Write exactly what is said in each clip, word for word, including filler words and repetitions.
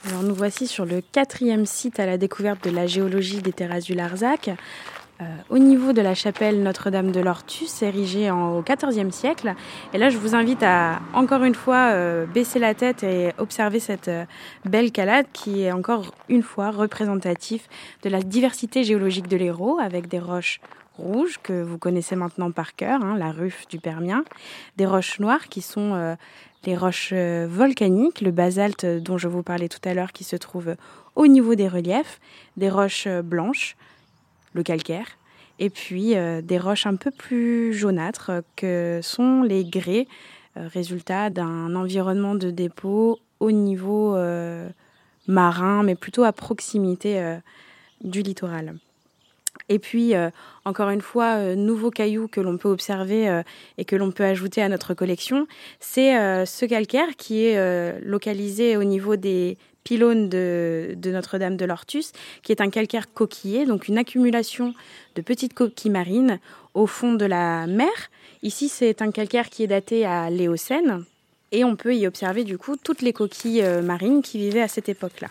Alors nous voici sur le quatrième site à la découverte de la géologie des terrasses du Larzac, euh, au niveau de la chapelle Notre-Dame de l'Ortus, érigée en, au quatorzième siècle. Et là, je vous invite à, encore une fois, euh, baisser la tête et observer cette euh, belle calade qui est encore une fois représentative de la diversité géologique de l'Hérault, avec des roches rouges que vous connaissez maintenant par cœur, hein, la ruffe du Permien, des roches noires qui sont euh, les roches volcaniques, le basalte dont je vous parlais tout à l'heure qui se trouve au niveau des reliefs, des roches blanches, le calcaire, et puis euh, des roches un peu plus jaunâtres que sont les grès, euh, résultat d'un environnement de dépôt au niveau euh, marin, mais plutôt à proximité euh, du littoral. Et puis, euh, encore une fois, euh, nouveau caillou que l'on peut observer euh, et que l'on peut ajouter à notre collection, c'est euh, ce calcaire qui est euh, localisé au niveau des pylônes de, de Notre-Dame de l'Ortus, qui est un calcaire coquillé, donc une accumulation de petites coquilles marines au fond de la mer. Ici, c'est un calcaire qui est daté à l'Éocène et on peut y observer du coup toutes les coquilles euh, marines qui vivaient à cette époque-là.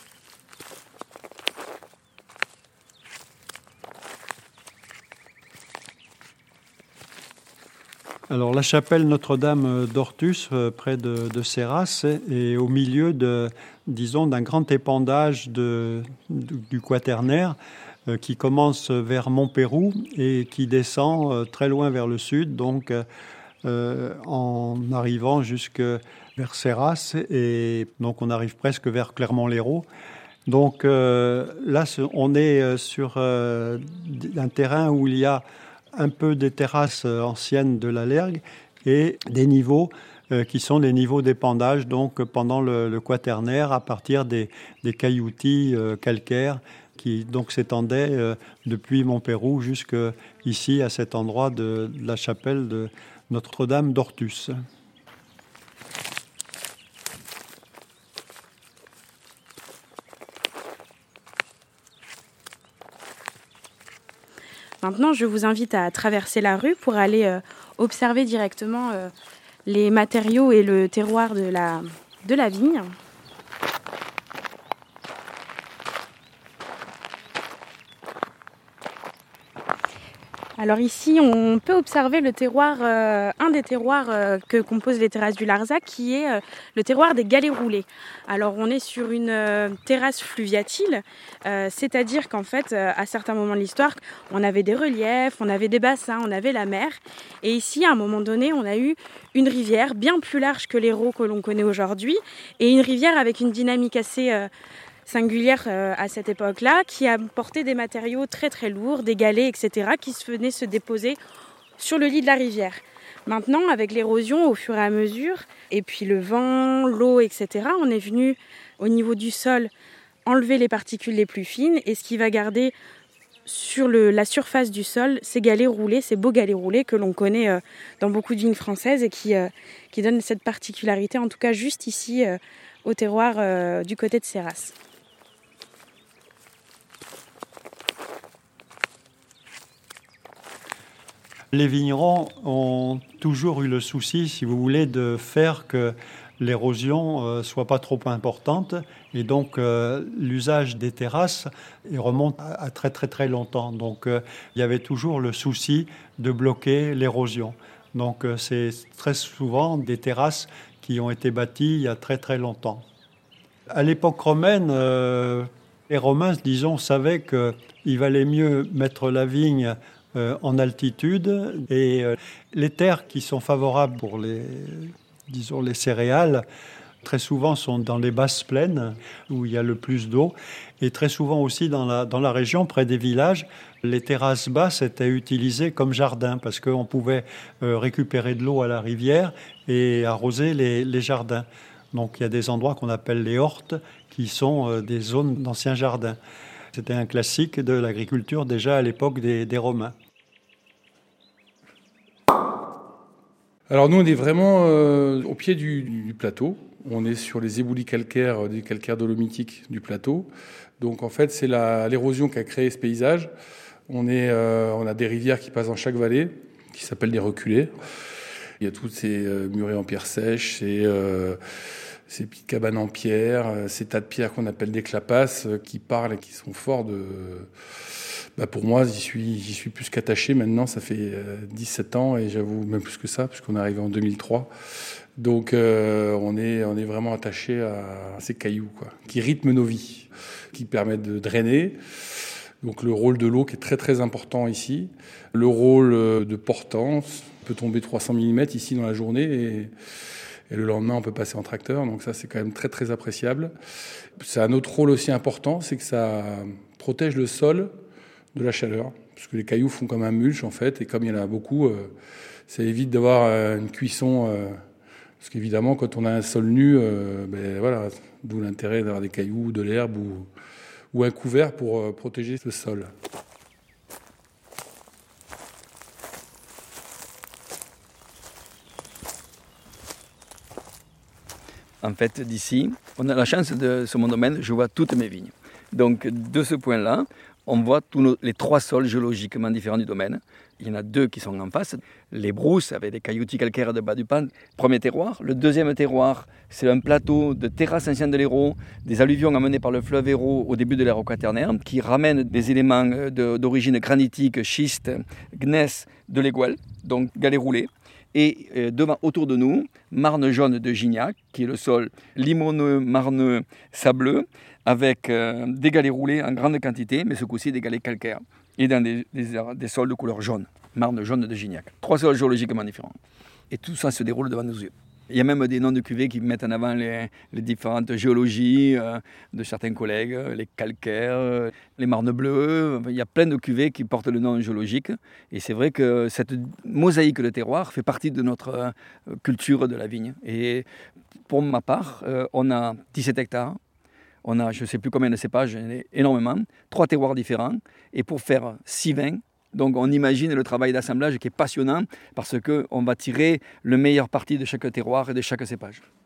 Alors la chapelle Notre-Dame d'Ortus, euh, près de, de Serras, est au milieu de, disons, d'un grand épandage de, de, du Quaternaire euh, qui commence vers Montpérou et qui descend euh, très loin vers le sud, donc euh, en arrivant jusque vers Serras, et donc on arrive presque vers Clermont-Lérault. Donc euh, là, on est sur euh, un terrain où il y a un peu des terrasses anciennes de la Lergue et des niveaux euh, qui sont des niveaux d'épandage donc pendant le, le Quaternaire à partir des, des cailloutis euh, calcaires qui donc s'étendaient euh, depuis Montpérou jusqu'ici à cet endroit de, de la chapelle de Notre-Dame d'Ortus. Maintenant, je vous invite à traverser la rue pour aller euh, observer directement euh, les matériaux et le terroir de la, de la vigne. Alors ici, on peut observer le terroir, euh, un des terroirs euh, que composent les terrasses du Larzac, qui est euh, le terroir des galets roulés. Alors on est sur une euh, terrasse fluviatile, euh, c'est-à-dire qu'en fait, euh, à certains moments de l'histoire, on avait des reliefs, on avait des bassins, on avait la mer. Et ici, à un moment donné, on a eu une rivière bien plus large que l'Hérault que l'on connaît aujourd'hui, et une rivière avec une dynamique assez euh, singulière euh, à cette époque-là, qui a porté des matériaux très très lourds, des galets, et cetera, qui venaient se déposer sur le lit de la rivière. Maintenant, avec l'érosion au fur et à mesure, et puis le vent, l'eau, et cetera, on est venu au niveau du sol enlever les particules les plus fines, et ce qui va garder sur le, la surface du sol ces galets roulés, ces beaux galets roulés que l'on connaît euh, dans beaucoup de vignes françaises et qui, euh, qui donnent cette particularité, en tout cas juste ici, euh, au terroir euh, du côté de Serras. Les vignerons ont toujours eu le souci, si vous voulez, de faire que l'érosion euh, soit pas trop importante. Et donc, euh, l'usage des terrasses il remonte à, à très, très, très longtemps. Donc, euh, il y avait toujours le souci de bloquer l'érosion. Donc, euh, c'est très souvent des terrasses qui ont été bâties il y a très, très longtemps. À l'époque romaine, euh, les Romains, disons, savaient qu'il valait mieux mettre la vigne Euh, en altitude et euh, les terres qui sont favorables pour les, disons, les céréales très souvent sont dans les basses plaines où il y a le plus d'eau et très souvent aussi dans la, dans la région près des villages les terrasses basses étaient utilisées comme jardins parce qu'on pouvait euh, récupérer de l'eau à la rivière et arroser les, les jardins. Donc il y a des endroits qu'on appelle les hortes qui sont euh, des zones d'anciens jardins. C'était un classique de l'agriculture déjà à l'époque des, des Romains. Alors nous, on est vraiment euh, au pied du, du plateau. On est sur les éboulis calcaires, des calcaires dolomitiques du plateau. Donc en fait, c'est la, l'érosion qui a créé ce paysage. On, est, euh, on a des rivières qui passent dans chaque vallée, qui s'appellent des reculées. Il y a toutes ces euh, murets en pierre sèche, ces, euh, ces petites cabanes en pierre, euh, ces tas de pierres qu'on appelle des clapasses, euh, qui parlent et qui sont forts de... Bah pour moi, j'y suis, j'y suis plus qu'attaché maintenant. Ça fait euh, dix-sept ans et j'avoue même plus que ça, puisqu'on est arrivé en deux mille trois. Donc euh, on est, on est vraiment attaché à ces cailloux, quoi, qui rythment nos vies, qui permettent de drainer. Donc le rôle de l'eau qui est très très important ici. Le rôle de portant, on peut tomber trois cents millimètres ici dans la journée et, et le lendemain on peut passer en tracteur. Donc ça c'est quand même très très appréciable. C'est un autre rôle aussi important, c'est que ça protège le sol de la chaleur. Parce que les cailloux font comme un mulch en fait, et comme il y en a beaucoup, euh, ça évite d'avoir euh, une cuisson... Euh, Parce qu'évidemment, quand on a un sol nu, euh, ben voilà, d'où l'intérêt d'avoir des cailloux, de l'herbe ou, ou un couvert pour euh, protéger ce sol. En fait, d'ici, on a la chance de sur mon domaine, je vois toutes mes vignes. Donc, de ce point-là, on voit tous nos, les trois sols géologiquement différents du domaine. Il y en a deux qui sont en face. Les brousses avec des cailloutis calcaires de bas du pan, premier terroir. Le deuxième terroir, c'est un plateau de terrasses anciennes de l'Hérault, des alluvions amenées par le fleuve Hérault au début de l'ère quaternaire, qui ramènent des éléments de, d'origine granitique, schiste, gneiss de l'Éguel, donc galets roulés. Et euh, devant, autour de nous, marne jaune de Gignac, qui est le sol limoneux, marneux, sableux, avec euh, des galets roulés en grande quantité, mais ce coup-ci des galets calcaires, et dans des, des, des sols de couleur jaune, marne jaune de Gignac. Trois sols géologiquement différents. Et tout ça se déroule devant nos yeux. Il y a même des noms de cuvées qui mettent en avant les, les différentes géologies euh, de certains collègues, les calcaires, les marnes bleues. Il y a plein de cuvées qui portent le nom géologique. Et c'est vrai que cette mosaïque de terroir fait partie de notre euh, culture de la vigne. Et pour ma part, euh, on a dix-sept hectares. On a, je ne sais plus combien de cépages, énormément, trois terroirs différents. Et pour faire six vins, donc on imagine le travail d'assemblage qui est passionnant parce qu'on va tirer le meilleur parti de chaque terroir et de chaque cépage.